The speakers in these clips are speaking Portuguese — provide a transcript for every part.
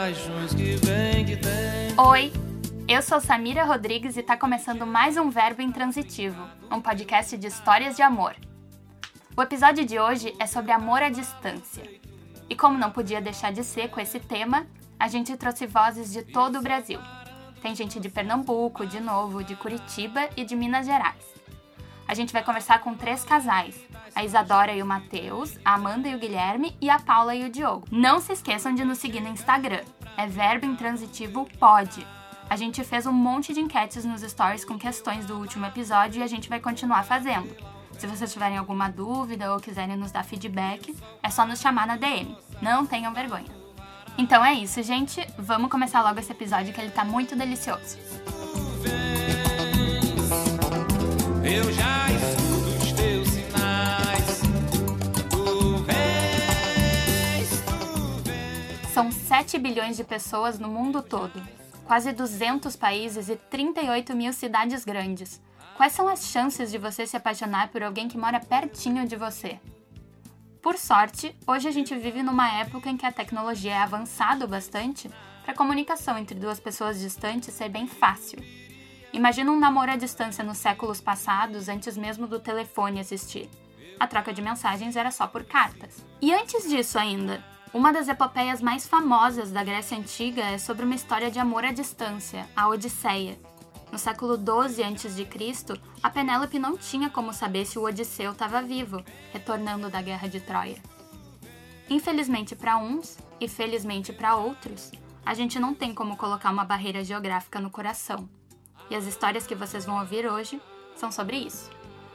paixões que vem, que tem. Oi, eu sou Samira Rodrigues e está começando mais um Verbo Intransitivo, um podcast de histórias de amor. O episódio de hoje é sobre amor à distância. E como não podia deixar de ser com esse tema, a gente trouxe vozes de todo o Brasil. Tem gente de Pernambuco, de Novo, de Curitiba e de Minas Gerais. A gente vai conversar com 3 casais, a Isadora e o Matheus, a Amanda e o Guilherme e a Paula e o Diogo. Não se esqueçam de nos seguir no Instagram, é Verbo Intransitivo Pod. A gente fez um monte de enquetes nos stories com questões do último episódio e a gente vai continuar fazendo. Se vocês tiverem alguma dúvida ou quiserem nos dar feedback, é só nos chamar na DM. Não tenham vergonha. Então é isso, gente. Vamos começar logo esse episódio que ele tá muito delicioso. Eu já escuto os teus sinais. Tu vens. São 7 bilhões de pessoas no mundo todo, quase 200 países e 38 mil cidades grandes. Quais são as chances de você se apaixonar por alguém que mora pertinho de você? Por sorte, hoje a gente vive numa época em que a tecnologia é avançada bastante para a comunicação entre duas pessoas distantes ser bem fácil. Imagina um namoro à distância nos séculos passados, antes mesmo do telefone existir. A troca de mensagens era só por cartas. E antes disso ainda, uma das epopeias mais famosas da Grécia Antiga é sobre uma história de amor à distância, a Odisseia. No século XII a.C., a Penélope não tinha como saber se o Odisseu estava vivo, retornando da Guerra de Troia. Infelizmente para uns e felizmente para outros, a gente não tem como colocar uma barreira geográfica no coração. E as histórias que vocês vão ouvir hoje são sobre isso.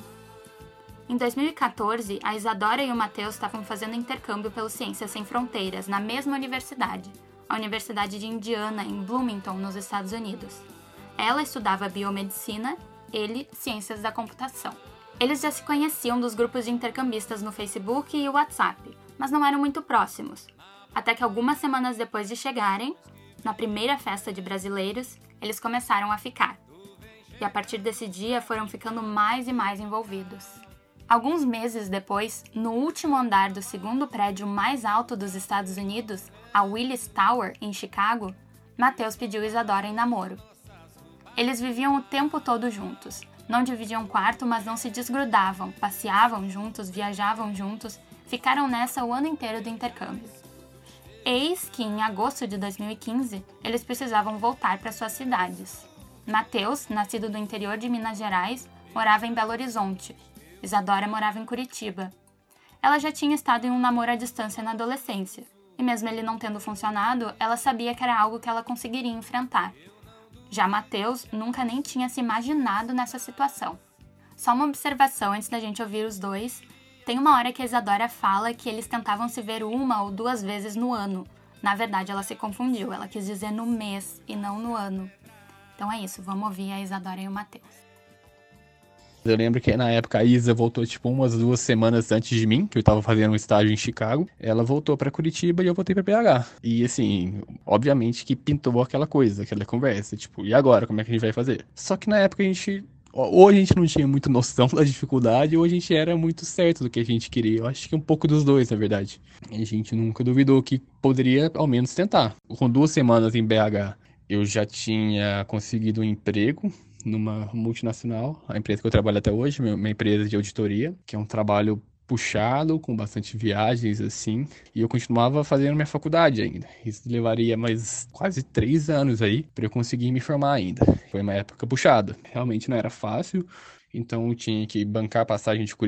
Em 2014, a Isadora e o Matheus estavam fazendo intercâmbio pelo Ciências Sem Fronteiras, na mesma universidade, a Universidade de Indiana, em Bloomington, nos Estados Unidos. Ela estudava biomedicina, ele, ciências da computação. Eles já se conheciam dos grupos de intercambistas no Facebook e WhatsApp, mas não eram muito próximos. Até que algumas semanas depois de chegarem, na primeira festa de brasileiros, eles começaram a ficar. E a partir desse dia foram ficando mais e mais envolvidos. Alguns meses depois, no último andar do segundo prédio mais alto dos Estados Unidos, a Willis Tower, em Chicago, Matheus pediu Isadora em namoro. Eles viviam o tempo todo juntos. Não dividiam quarto, mas não se desgrudavam, passeavam juntos, viajavam juntos, ficaram nessa o ano inteiro do intercâmbio. Eis que, em agosto de 2015, eles precisavam voltar para suas cidades. Matheus, nascido do interior de Minas Gerais, morava em Belo Horizonte. Isadora morava em Curitiba. Ela já tinha estado em um namoro à distância na adolescência, e mesmo ele não tendo funcionado, ela sabia que era algo que ela conseguiria enfrentar. Já Matheus nunca nem tinha se imaginado nessa situação. Só uma observação antes da gente ouvir os dois. Tem uma hora que a Isadora fala que eles tentavam se ver 1 ou 2 vezes no ano. Na verdade, ela se confundiu. Ela quis dizer no mês e não no ano. Então é isso, vamos ouvir a Isadora e o Matheus. Eu lembro que na época a Isa voltou tipo umas 2 semanas antes de mim, que eu tava fazendo um estágio em Chicago. Ela voltou pra Curitiba e eu voltei pra BH. E assim, obviamente que pintou aquela coisa, aquela conversa, tipo, e agora, como é que a gente vai fazer? Só que na época ou a gente não tinha muita noção da dificuldade, ou a gente era muito certo do que a gente queria. Eu acho que um pouco dos dois, na verdade. E a gente nunca duvidou que poderia ao menos tentar. Com 2 semanas em BH, eu já tinha conseguido um emprego numa multinacional, a empresa que eu trabalho até hoje, uma empresa de auditoria, que é um trabalho puxado, com bastante viagens, assim, e eu continuava fazendo minha faculdade ainda. Isso levaria mais quase 3 anos aí para eu conseguir me formar ainda. Foi uma época puxada, realmente não era fácil, então eu tinha que bancar a passagem de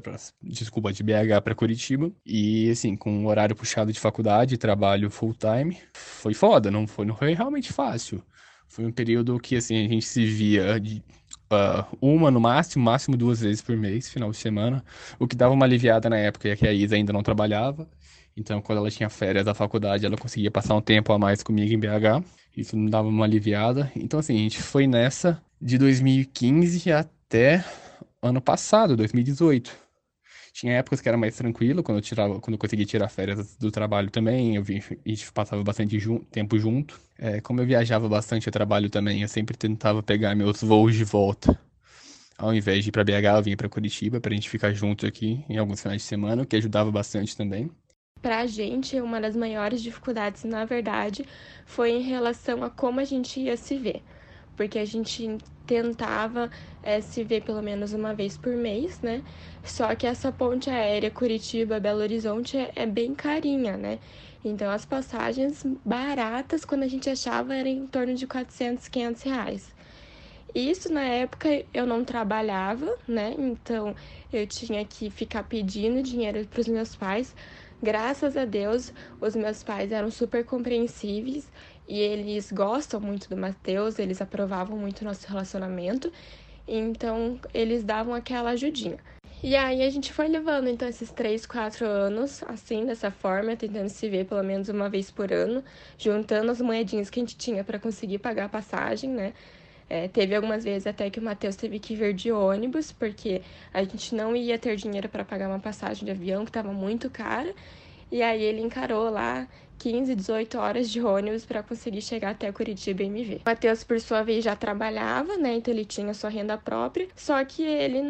de BH para Curitiba, e assim, com um horário puxado de faculdade, trabalho full time, foi foda, não foi realmente fácil. Foi um período que, assim, a gente se via uma no máximo 2 vezes por mês, final de semana, o que dava uma aliviada na época, é que a Isa ainda não trabalhava. Então, quando ela tinha férias da faculdade, ela conseguia passar um tempo a mais comigo em BH. Isso me dava uma aliviada. Então, assim, a gente foi nessa de 2015 até ano passado, 2018. Tinha épocas que era mais tranquilo, quando eu conseguia tirar férias do trabalho também, a gente passava bastante tempo junto. Como eu viajava bastante a trabalho também, eu sempre tentava pegar meus voos de volta. Ao invés de ir para BH, eu vinha para Curitiba, pra gente ficar junto aqui em alguns finais de semana, o que ajudava bastante também. Pra gente, uma das maiores dificuldades, na verdade, foi em relação a como a gente ia se ver. Porque a gente tentava se ver pelo menos uma vez por mês, né? Só que essa ponte aérea Curitiba-Belo Horizonte é bem carinha, né? Então, as passagens baratas, quando a gente achava, eram em torno de 400, 500 reais. Isso, na época, eu não trabalhava, né? Então, eu tinha que ficar pedindo dinheiro para os meus pais. Graças a Deus, os meus pais eram super compreensíveis e eles gostam muito do Matheus, eles aprovavam muito o nosso relacionamento, então eles davam aquela ajudinha. E aí a gente foi levando, então, esses 3, 4 anos, assim, dessa forma, tentando se ver pelo menos uma vez por ano, juntando as moedinhas que a gente tinha para conseguir pagar a passagem, né? Teve algumas vezes até que o Matheus teve que vir de ônibus, porque a gente não ia ter dinheiro para pagar uma passagem de avião, que estava muito cara. E aí ele encarou lá 15, 18 horas de ônibus para conseguir chegar até Curitiba e me ver. O Matheus, por sua vez, já trabalhava, né? Então ele tinha sua renda própria, só que ele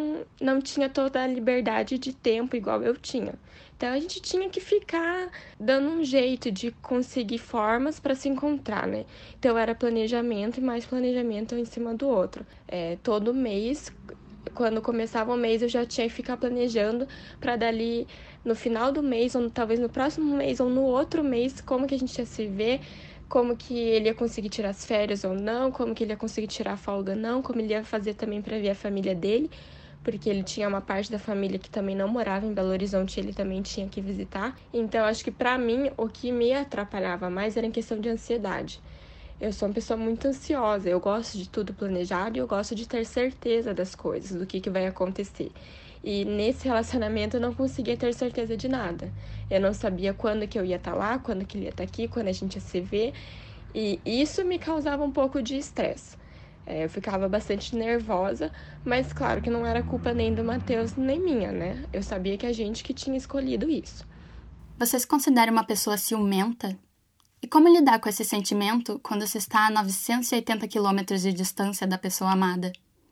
não tinha toda a liberdade de tempo igual eu tinha. Então a gente tinha que ficar dando um jeito de conseguir formas para se encontrar, né? Então era planejamento e mais planejamento em cima do outro. Todo mês, quando começava o mês, eu já tinha que ficar planejando para dali no final do mês, ou talvez no próximo mês, ou no outro mês, como que a gente ia se ver, como que ele ia conseguir tirar as férias ou não, como que ele ia conseguir tirar a folga ou não, como ele ia fazer também para ver a família dele, porque ele tinha uma parte da família que também não morava em Belo Horizonte, ele também tinha que visitar. Então, acho que pra mim, o que me atrapalhava mais era em questão de ansiedade. Eu sou uma pessoa muito ansiosa, eu gosto de tudo planejado e eu gosto de ter certeza das coisas, do que vai acontecer. E nesse relacionamento eu não conseguia ter certeza de nada. Eu não sabia quando que eu ia estar lá, quando que ele ia estar aqui, quando a gente ia se ver. E isso me causava um pouco de estresse. Eu ficava bastante nervosa, mas claro que não era culpa nem do Matheus nem minha, né? Eu sabia que a gente que tinha escolhido isso. Você se considera uma pessoa ciumenta? E como lidar com esse sentimento quando você está a 980 quilômetros de distância da pessoa amada?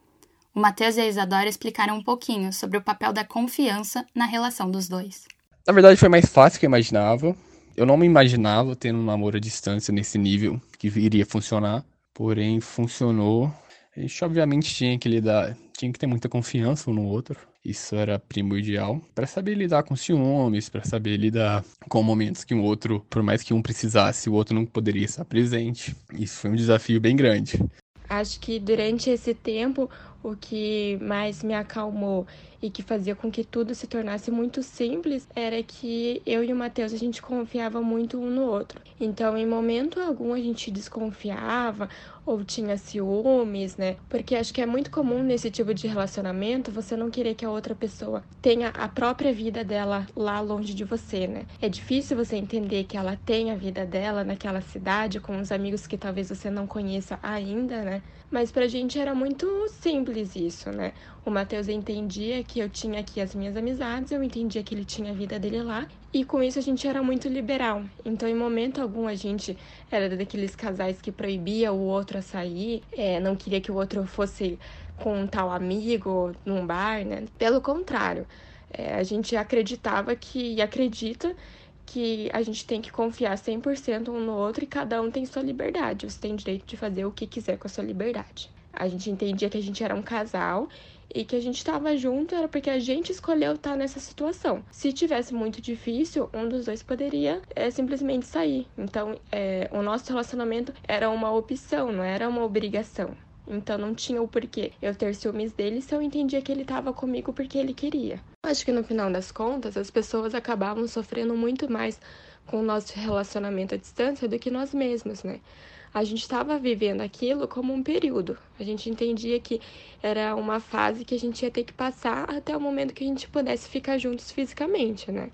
O Matheus e a Isadora explicaram um pouquinho sobre o papel da confiança na relação dos dois. Na verdade, foi mais fácil que eu imaginava. Eu não me imaginava tendo um namoro à distância nesse nível que iria funcionar. Porém, funcionou. A gente, obviamente, tinha que ter muita confiança um no outro. Isso era primordial. Para saber lidar com ciúmes, para saber lidar com momentos que um outro, por mais que um precisasse, o outro não poderia estar presente. Isso foi um desafio bem grande. Acho que durante esse tempo, o que mais me acalmou e que fazia com que tudo se tornasse muito simples era que eu e o Matheus, a gente confiava muito um no outro. Então, em momento algum, a gente desconfiava ou tinha ciúmes, né? Porque acho que é muito comum nesse tipo de relacionamento você não querer que a outra pessoa tenha a própria vida dela lá longe de você, né? É difícil você entender que ela tem a vida dela naquela cidade com os amigos que talvez você não conheça ainda, né? Mas pra gente era muito simples isso, né? O Matheus entendia que eu tinha aqui as minhas amizades, eu entendia que ele tinha a vida dele lá, e com isso a gente era muito liberal. Então, em momento algum, a gente era daqueles casais que proibia o outro a sair, não queria que o outro fosse com um tal amigo num bar, né? Pelo contrário, a gente acreditava e acredita que a gente tem que confiar 100% um no outro e cada um tem sua liberdade. Você tem direito de fazer o que quiser com a sua liberdade. A gente entendia que a gente era um casal e que a gente estava junto era porque a gente escolheu estar nessa situação. Se tivesse muito difícil, um dos dois poderia simplesmente sair. Então, o nosso relacionamento era uma opção, não era uma obrigação. Então não tinha o porquê eu ter ciúmes dele se eu entendia que ele estava comigo porque ele queria. Acho que no final das contas, as pessoas acabavam sofrendo muito mais com o nosso relacionamento à distância do que nós mesmos, né? A gente estava vivendo aquilo como um período. A gente entendia que era uma fase que a gente ia ter que passar até o momento que a gente pudesse ficar juntos fisicamente, né?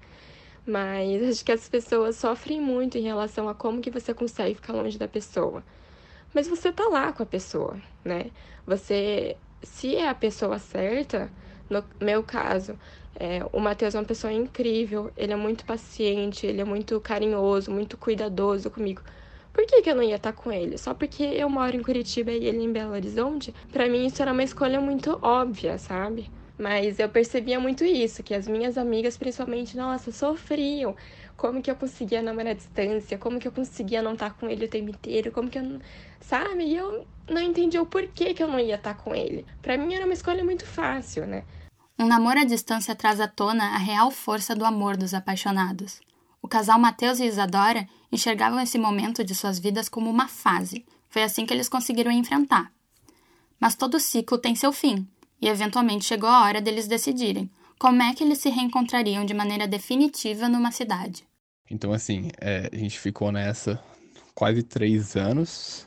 Mas acho que as pessoas sofrem muito em relação a como que você consegue ficar longe da pessoa. Mas você tá lá com a pessoa, né? Se é a pessoa certa, no meu caso, o Matheus é uma pessoa incrível, ele é muito paciente, ele é muito carinhoso, muito cuidadoso comigo. Por que eu não ia estar com ele? Só porque eu moro em Curitiba e ele em Belo Horizonte? Pra mim isso era uma escolha muito óbvia, sabe? Mas eu percebia muito isso, que as minhas amigas, principalmente, nossa, sofriam. Como que eu conseguia namorar à distância? Como que eu conseguia não estar com ele o tempo inteiro? Como que eu... Sabe? E eu não entendia o porquê que eu não ia estar com ele. Pra mim era uma escolha muito fácil, né? Um namoro à distância traz à tona a real força do amor dos apaixonados. O casal Matheus e Isadora enxergavam esse momento de suas vidas como uma fase. Foi assim que eles conseguiram enfrentar. Mas todo ciclo tem seu fim, e eventualmente chegou a hora deles decidirem como é que eles se reencontrariam de maneira definitiva numa cidade. Então, assim, a gente ficou nessa quase 3 anos,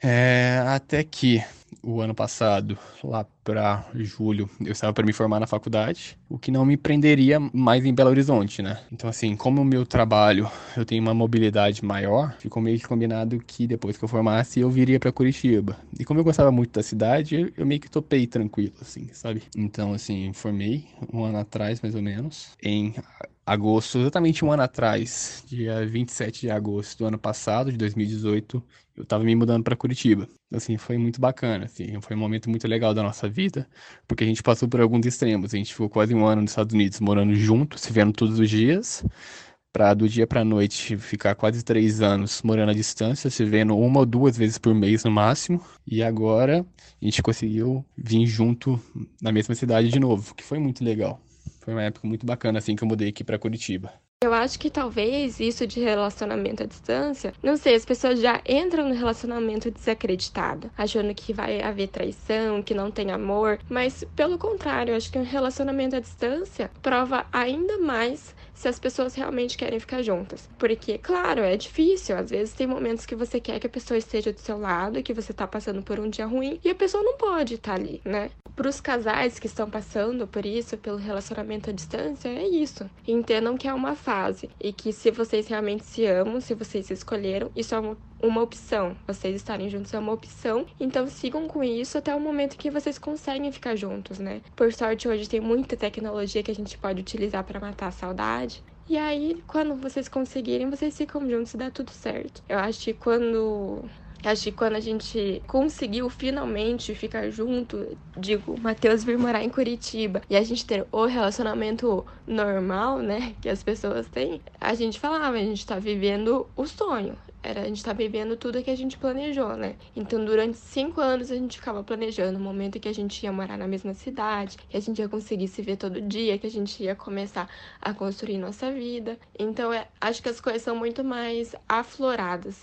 até que o ano passado, lá para julho, eu estava para me formar na faculdade, o que não me prenderia mais em Belo Horizonte, né? Então, assim, como o meu trabalho, eu tenho uma mobilidade maior, ficou meio que combinado que depois que eu formasse, eu viria para Curitiba. E como eu gostava muito da cidade, eu meio que topei tranquilo, assim, sabe? Então, assim, formei 1 ano atrás, mais ou menos, em agosto, exatamente 1 ano atrás, dia 27 de agosto do ano passado, de 2018, eu tava me mudando para Curitiba. Assim, foi muito bacana, assim, foi um momento muito legal da nossa vida, porque a gente passou por alguns extremos. A gente ficou quase 1 ano nos Estados Unidos morando junto, se vendo todos os dias, para do dia pra noite ficar quase 3 anos morando à distância, se vendo 1 ou 2 vezes por mês no máximo. E agora a gente conseguiu vir junto na mesma cidade de novo, que foi muito legal. Foi uma época muito bacana, assim, que eu mudei aqui pra Curitiba. Eu acho que talvez isso de relacionamento à distância, não sei, as pessoas já entram no relacionamento desacreditado, achando que vai haver traição, que não tem amor, mas pelo contrário, eu acho que um relacionamento à distância prova ainda mais se as pessoas realmente querem ficar juntas. Porque, claro, é difícil, às vezes tem momentos que você quer que a pessoa esteja do seu lado, que você tá passando por um dia ruim, e a pessoa não pode estar ali, né? Para os casais que estão passando por isso, pelo relacionamento à distância, é isso. Entendam que é uma fase e que se vocês realmente se amam, se vocês escolheram, isso é uma opção. Vocês estarem juntos é uma opção, então sigam com isso até o momento que vocês conseguem ficar juntos, né? Por sorte, hoje tem muita tecnologia que a gente pode utilizar para matar a saudade. E aí, quando vocês conseguirem, vocês ficam juntos e dá tudo certo. Eu acho que quando a gente conseguiu finalmente ficar junto, digo, o Matheus vir morar em Curitiba e a gente ter o relacionamento normal, né, que as pessoas têm, a gente falava, a gente tá vivendo o sonho. A gente tá vivendo tudo que a gente planejou, né? Então, durante 5 anos, a gente ficava planejando o momento que a gente ia morar na mesma cidade, que a gente ia conseguir se ver todo dia, que a gente ia começar a construir nossa vida. Então, acho que as coisas são muito mais afloradas.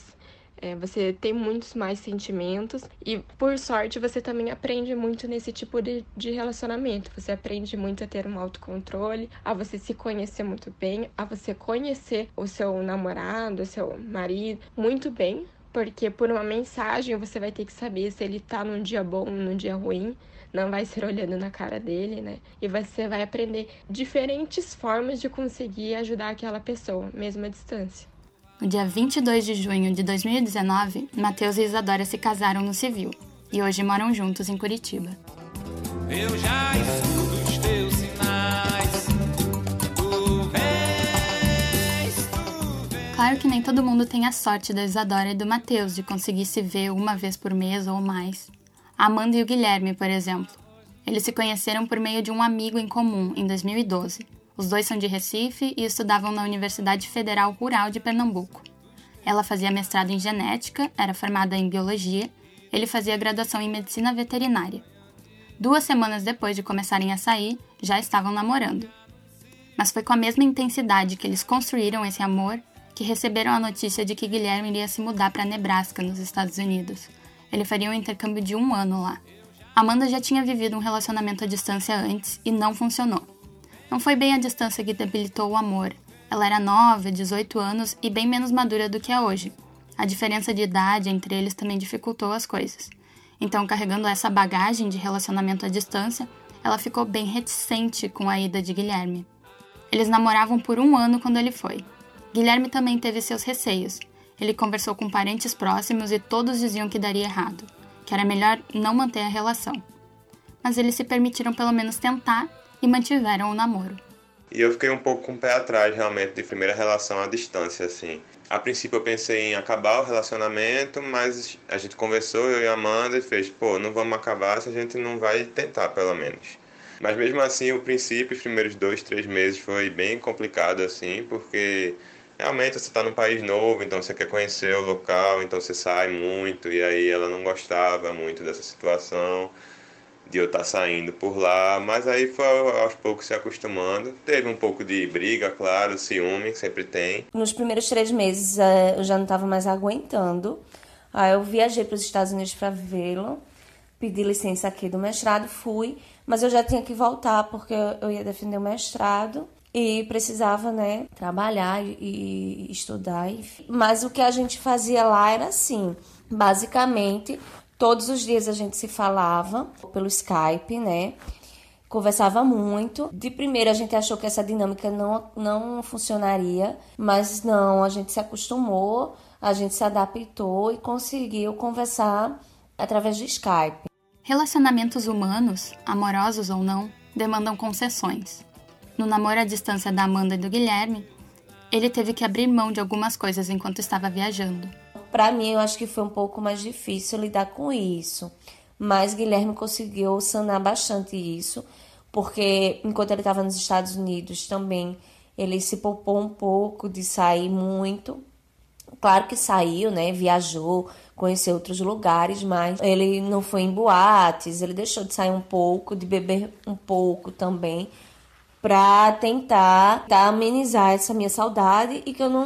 Você tem muitos mais sentimentos e, por sorte, você também aprende muito nesse tipo de relacionamento. Você aprende muito a ter um autocontrole, a você se conhecer muito bem, a você conhecer o seu namorado, o seu marido muito bem, porque por uma mensagem você vai ter que saber se ele tá num dia bom ou num dia ruim. Não vai ser olhando na cara dele, né? E você vai aprender diferentes formas de conseguir ajudar aquela pessoa, mesmo à distância. No dia 22 de junho de 2019, Matheus e Isadora se casaram no civil e hoje moram juntos em Curitiba. Eu já estudo os teus sinais. Tu vês. Claro que nem todo mundo tem a sorte da Isadora e do Matheus de conseguir se ver uma vez por mês ou mais. A Amanda e o Guilherme, por exemplo. Eles se conheceram por meio de um amigo em comum em 2012. Os dois são de Recife e estudavam na Universidade Federal Rural de Pernambuco. Ela fazia mestrado em genética, era formada em biologia, ele fazia graduação em medicina veterinária. 2 semanas depois de começarem a sair, já estavam namorando. Mas foi com a mesma intensidade que eles construíram esse amor que receberam a notícia de que Guilherme iria se mudar para Nebraska, nos Estados Unidos. Ele faria um intercâmbio de 1 ano lá. Amanda já tinha vivido um relacionamento à distância antes e não funcionou. Não foi bem a distância que debilitou o amor. Ela era nova, 18 anos e bem menos madura do que é hoje. A diferença de idade entre eles também dificultou as coisas. Então, carregando essa bagagem de relacionamento à distância, ela ficou bem reticente com a ida de Guilherme. Eles namoravam por 1 ano quando ele foi. Guilherme também teve seus receios. Ele conversou com parentes próximos e todos diziam que daria errado, que era melhor não manter a relação. Mas eles se permitiram pelo menos tentar e mantiveram o namoro. E eu fiquei um pouco com o pé atrás, realmente, de primeira relação à distância, assim. A princípio eu pensei em acabar o relacionamento, mas a gente conversou, eu e a Amanda, e fez, não vamos acabar se a gente não vai tentar, pelo menos. Mas mesmo assim, o princípio, os primeiros 2, 3 meses foi bem complicado, assim, porque realmente você está num país novo, então você quer conhecer o local, então você sai muito, e aí ela não gostava muito dessa situação, de eu estar saindo por lá, mas aí foi aos poucos se acostumando. Teve um pouco de briga, claro, ciúme, que sempre tem. Nos primeiros 3 meses eu já não estava mais aguentando. Aí eu viajei para os Estados Unidos para vê-lo, pedi licença aqui do mestrado, fui, mas eu já tinha que voltar porque eu ia defender o mestrado e precisava, né, trabalhar e estudar, enfim. Mas o que a gente fazia lá era assim, basicamente, todos os dias a gente se falava pelo Skype, né, conversava muito. De primeira a gente achou que essa dinâmica não funcionaria, mas não, a gente se acostumou, a gente se adaptou e conseguiu conversar através do Skype. Relacionamentos humanos, amorosos ou não, demandam concessões. No namoro à distância da Amanda e do Guilherme, ele teve que abrir mão de algumas coisas enquanto estava viajando. Para mim, eu acho que foi um pouco mais difícil lidar com isso, mas Guilherme conseguiu sanar bastante isso, porque enquanto ele estava nos Estados Unidos também, ele se poupou um pouco de sair muito. Claro que saiu, né, viajou, conheceu outros lugares, mas ele não foi em boates, ele deixou de sair um pouco, de beber um pouco também, para tentar amenizar essa minha saudade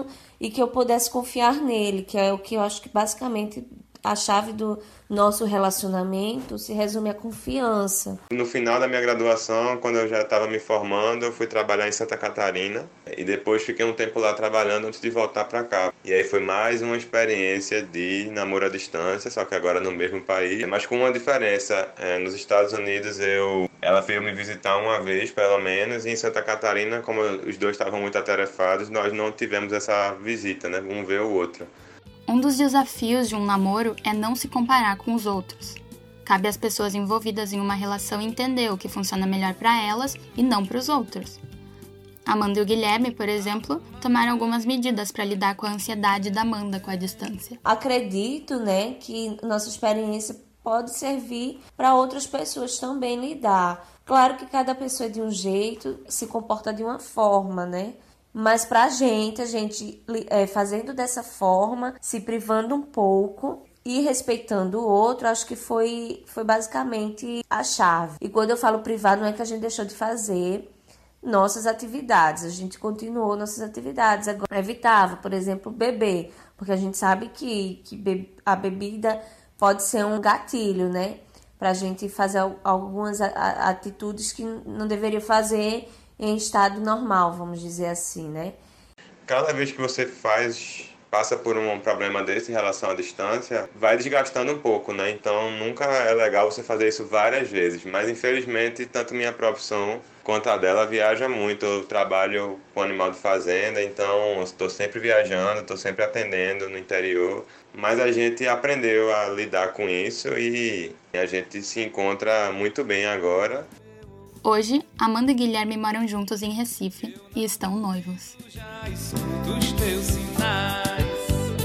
e que eu pudesse confiar nele, que é o que eu acho que basicamente a chave do nosso relacionamento se resume à confiança. No final da minha graduação, quando eu já estava me formando, eu fui trabalhar em Santa Catarina e depois fiquei um tempo lá trabalhando antes de voltar para cá. E aí foi mais uma experiência de namoro à distância, só que agora no mesmo país, mas com uma diferença. Nos Estados Unidos ela veio me visitar uma vez, pelo menos, e em Santa Catarina, como os dois estavam muito atarefados, nós não tivemos essa visita, né? Um ver o outro. Um dos desafios de um namoro é não se comparar com os outros. Cabe às pessoas envolvidas em uma relação entender o que funciona melhor para elas e não para os outros. Amanda e o Guilherme, por exemplo, tomaram algumas medidas para lidar com a ansiedade da Amanda com a distância. Acredito, né, que nossa experiência pode servir para outras pessoas também lidar. Claro que cada pessoa é de um jeito, se comporta de uma forma, né? Mas pra gente, fazendo dessa forma, se privando um pouco e respeitando o outro, acho que foi basicamente a chave. E quando eu falo privado, não é que a gente deixou de fazer nossas atividades, a gente continuou nossas atividades. Agora, evitava, por exemplo, beber, porque a gente sabe que a bebida pode ser um gatilho, né? Pra gente fazer algumas atitudes que não deveria fazer em estado normal, vamos dizer assim, né? Cada vez que você passa por um problema desse em relação à distância, vai desgastando um pouco, né? Então nunca é legal você fazer isso várias vezes, mas infelizmente tanto minha profissão quanto a dela viaja muito. Eu trabalho com animal de fazenda, então estou sempre viajando, estou sempre atendendo no interior, mas a gente aprendeu a lidar com isso e a gente se encontra muito bem agora. Hoje, Amanda e Guilherme moram juntos em Recife e estão noivos. Já escuto os teus sinais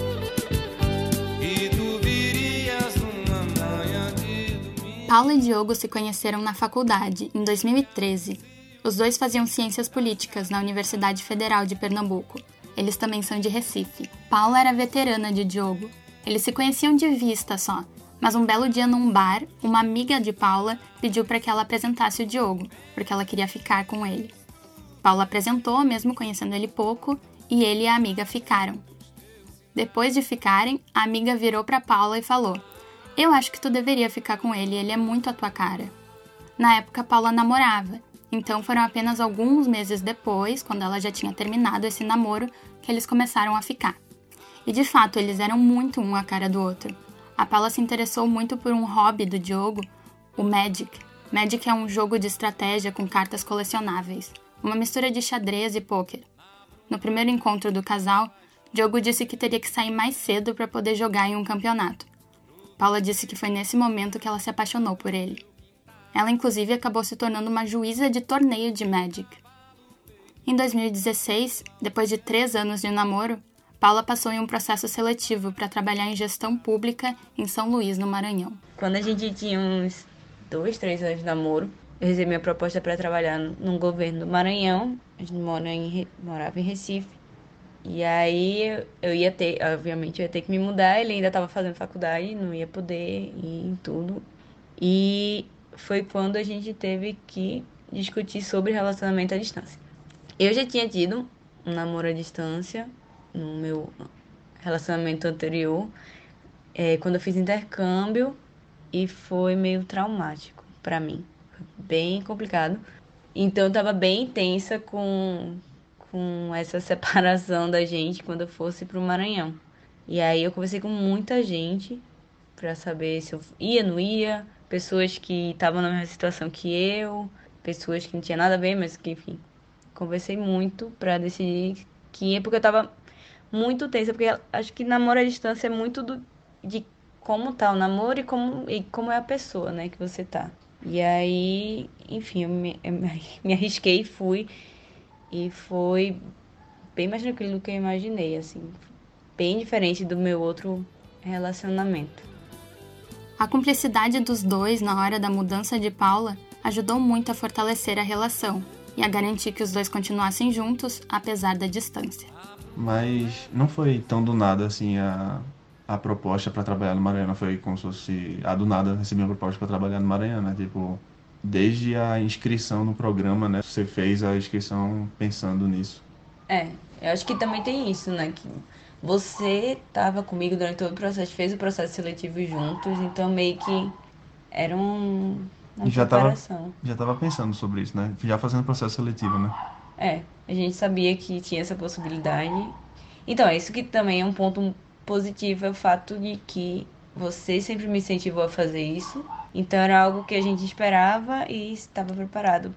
e tu virias numa manhã de domingo. Paula e Diogo se conheceram na faculdade, em 2013. Os dois faziam ciências políticas na Universidade Federal de Pernambuco. Eles também são de Recife. Paula era veterana de Diogo. Eles se conheciam de vista só. Mas um belo dia num bar, uma amiga de Paula pediu para que ela apresentasse o Diogo, porque ela queria ficar com ele. Paula apresentou, mesmo conhecendo ele pouco, e ele e a amiga ficaram. Depois de ficarem, a amiga virou para Paula e falou: "Eu acho que tu deveria ficar com ele é muito a tua cara." Na época, Paula namorava, então foram apenas alguns meses depois, quando ela já tinha terminado esse namoro, que eles começaram a ficar. E de fato, eles eram muito um a cara do outro. A Paula se interessou muito por um hobby do Diogo, o Magic. Magic é um jogo de estratégia com cartas colecionáveis, uma mistura de xadrez e pôquer. No primeiro encontro do casal, Diogo disse que teria que sair mais cedo para poder jogar em um campeonato. Paula disse que foi nesse momento que ela se apaixonou por ele. Ela, inclusive, acabou se tornando uma juíza de torneio de Magic. Em 2016, depois de 3 anos de namoro, Paula passou em um processo seletivo para trabalhar em gestão pública em São Luís, no Maranhão. Quando a gente tinha uns 2, 3 anos de namoro, eu recebi minha proposta para trabalhar no governo do Maranhão. A gente morava em Recife. E aí eu ia ter, obviamente, eu ia ter que me mudar. Ele ainda estava fazendo faculdade, não ia poder ir em tudo. E foi quando a gente teve que discutir sobre relacionamento à distância. Eu já tinha tido um namoro à distância no meu relacionamento anterior, quando eu fiz intercâmbio, e foi meio traumático pra mim. Foi bem complicado. Então eu tava bem tensa com essa separação da gente quando eu fosse pro Maranhão. E aí eu conversei com muita gente pra saber se eu ia, não ia, pessoas que estavam na mesma situação que eu, pessoas que não tinha nada a ver, mas que, enfim, conversei muito pra decidir que ia, porque eu tava muito tensa, porque acho que namoro à distância é muito de como tá o namoro e como é a pessoa, né, que você tá. E aí, enfim, eu me arrisquei e fui. E foi bem mais tranquilo do que eu imaginei, assim. Bem diferente do meu outro relacionamento. A cumplicidade dos dois na hora da mudança de Paula ajudou muito a fortalecer a relação e a garantir que os dois continuassem juntos, apesar da distância. Mas não foi tão do nada, assim, a proposta para trabalhar no Maranhão. Foi como se fosse... do nada recebi uma proposta para trabalhar no Maranhão, né? Tipo, desde a inscrição no programa, né? Você fez a inscrição pensando nisso. Eu acho que também tem isso, né? Que você estava comigo durante todo o processo, fez o processo seletivo juntos, então meio que era uma preparação. Já tava pensando sobre isso, né? Já fazendo o processo seletivo, né? A gente sabia que tinha essa possibilidade. Então, é isso que também é um ponto positivo, é o fato de que você sempre me incentivou a fazer isso. Então, era algo que a gente esperava e estava preparado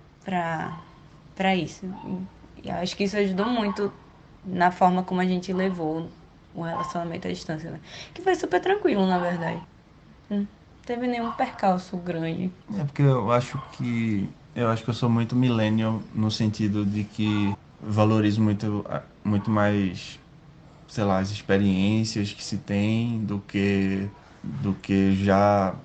para isso. E acho que isso ajudou muito na forma como a gente levou o relacionamento à distância, né? Que foi super tranquilo, na verdade. Não teve nenhum percalço grande. Porque eu acho que eu sou muito millennial no sentido de que valorizo muito mais, sei lá, as experiências que se tem do que já,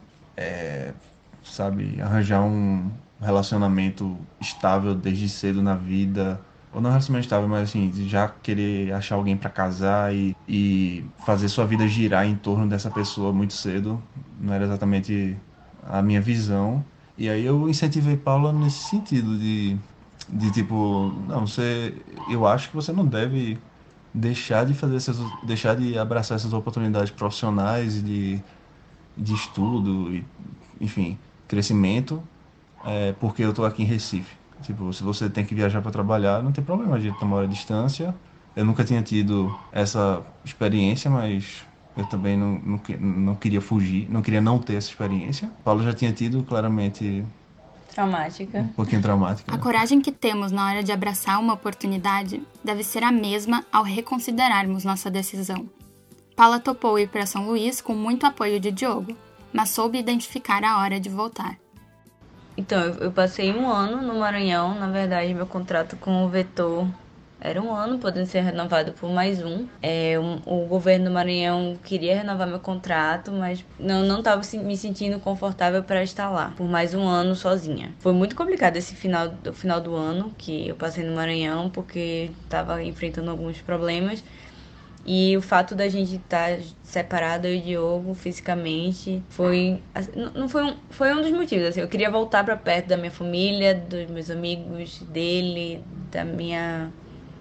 sabe, arranjar um relacionamento estável desde cedo na vida. Ou não relacionamento estável, mas assim, já querer achar alguém para casar e fazer sua vida girar em torno dessa pessoa muito cedo. Não era exatamente a minha visão. E aí eu incentivei Paula nesse sentido de tipo, não, eu acho que você não deve deixar de abraçar essas oportunidades profissionais e de estudo, e, enfim, crescimento, porque eu tô aqui em Recife. Tipo, se você tem que viajar para trabalhar, não tem problema, a gente mora à distância. Eu nunca tinha tido essa experiência, mas eu também não queria fugir, não queria não ter essa experiência. Paulo já tinha tido, claramente, traumática. Um pouquinho traumática. A coragem que temos na hora de abraçar uma oportunidade deve ser a mesma ao reconsiderarmos nossa decisão. Paula topou ir para São Luís com muito apoio de Diogo, mas soube identificar a hora de voltar. Então, eu passei 1 ano no Maranhão. Na verdade, meu contrato com o Vetor era 1 ano, podendo ser renovado por mais 1. O governo do Maranhão queria renovar meu contrato, mas não estava me sentindo confortável para estar lá por mais 1 ano sozinha. Foi muito complicado esse final do ano que eu passei no Maranhão, porque estava enfrentando alguns problemas. E o fato da gente estar separado, eu e o Diogo, fisicamente, foi um dos motivos. Assim, eu queria voltar para perto da minha família, dos meus amigos, dele, da minha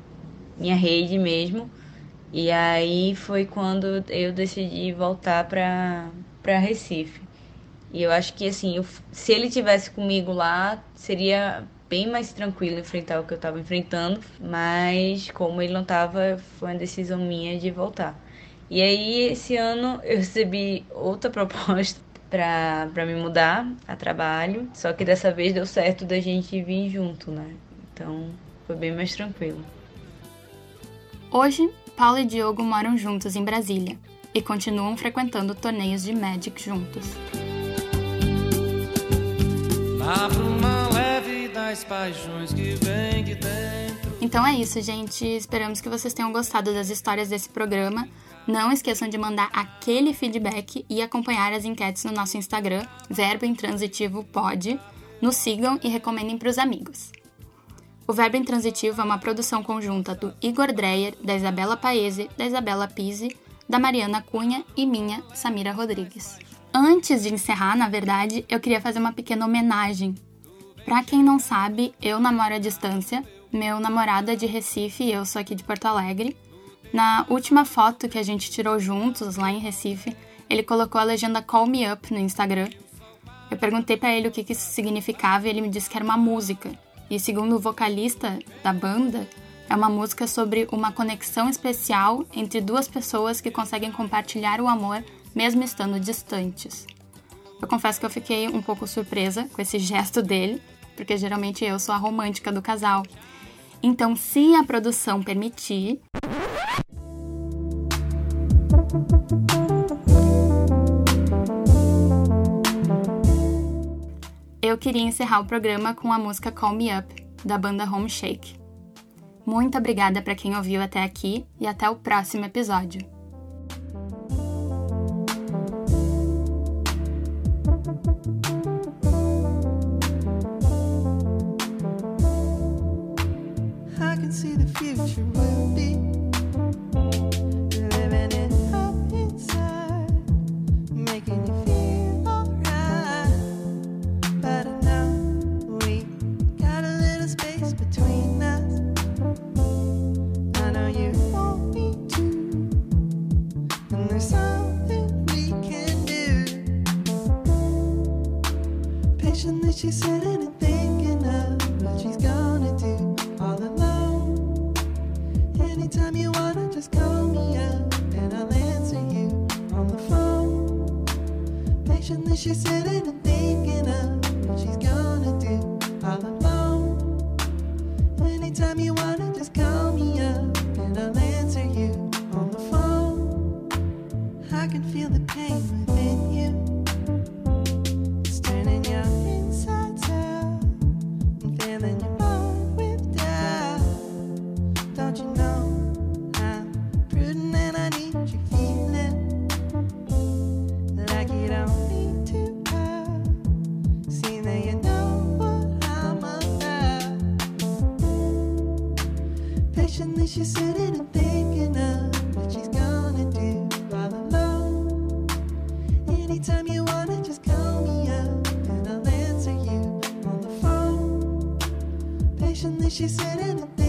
rede mesmo. E aí foi quando eu decidi voltar para Recife. E eu acho que, assim, se ele tivesse comigo lá, seria bem mais tranquilo enfrentar o que eu estava enfrentando, mas como ele não estava, foi uma decisão minha de voltar. E aí, esse ano, eu recebi outra proposta para me mudar a trabalho, só que dessa vez deu certo da gente vir junto, né? Então, foi bem mais tranquilo. Hoje, Paula e Diogo moram juntos em Brasília e continuam frequentando torneios de Magic juntos. Abra uma leve das paixões que vem de dentro. Então é isso, gente. Esperamos que vocês tenham gostado das histórias desse programa. Não esqueçam de mandar aquele feedback e acompanhar as enquetes no nosso Instagram, Verbo Intransitivo Pod. Nos sigam e recomendem para os amigos. O Verbo Intransitivo é uma produção conjunta do Igor Dreyer, da Isabela Paese, da Isabela Pise, da Mariana Cunha e minha, Samira Rodrigues. Antes de encerrar, na verdade, eu queria fazer uma pequena homenagem. Pra quem não sabe, eu namoro à distância, meu namorado é de Recife e eu sou aqui de Porto Alegre. Na última foto que a gente tirou juntos, lá em Recife, ele colocou a legenda Call Me Up no Instagram. Eu perguntei pra ele o que isso significava e ele me disse que era uma música. E segundo o vocalista da banda, é uma música sobre uma conexão especial entre duas pessoas que conseguem compartilhar o amor mesmo estando distantes. Eu confesso que eu fiquei um pouco surpresa com esse gesto dele, porque geralmente eu sou a romântica do casal. Então, se a produção permitir, eu queria encerrar o programa com a música Call Me Up, da banda Home Shake. Muito obrigada para quem ouviu até aqui e até o próximo episódio. I can see the future will be living it up inside, making you feel alright. But I know we got a little space between us. I know you want me to, and there's something we can do. Patiently she's sitting and thinking of what she's gonna do all alone. Anytime you wanna just call me up and I'll answer you on the phone. Patiently she's sitting and thinking of what she's gonna do all alone. Anytime you wanna just call me up and I'll answer you on the phone. I can feel the pain within you. It's turning your insides out and filling your mind with doubt. Don't you know I'm prudent and I need you feeling like you don't need to pout. See that you know what I'm about. Patiently she's sitting and thinking of what she's gonna do all alone. Anytime you wanna just call me up and I'll answer you on the phone. Patiently she's sitting and thinking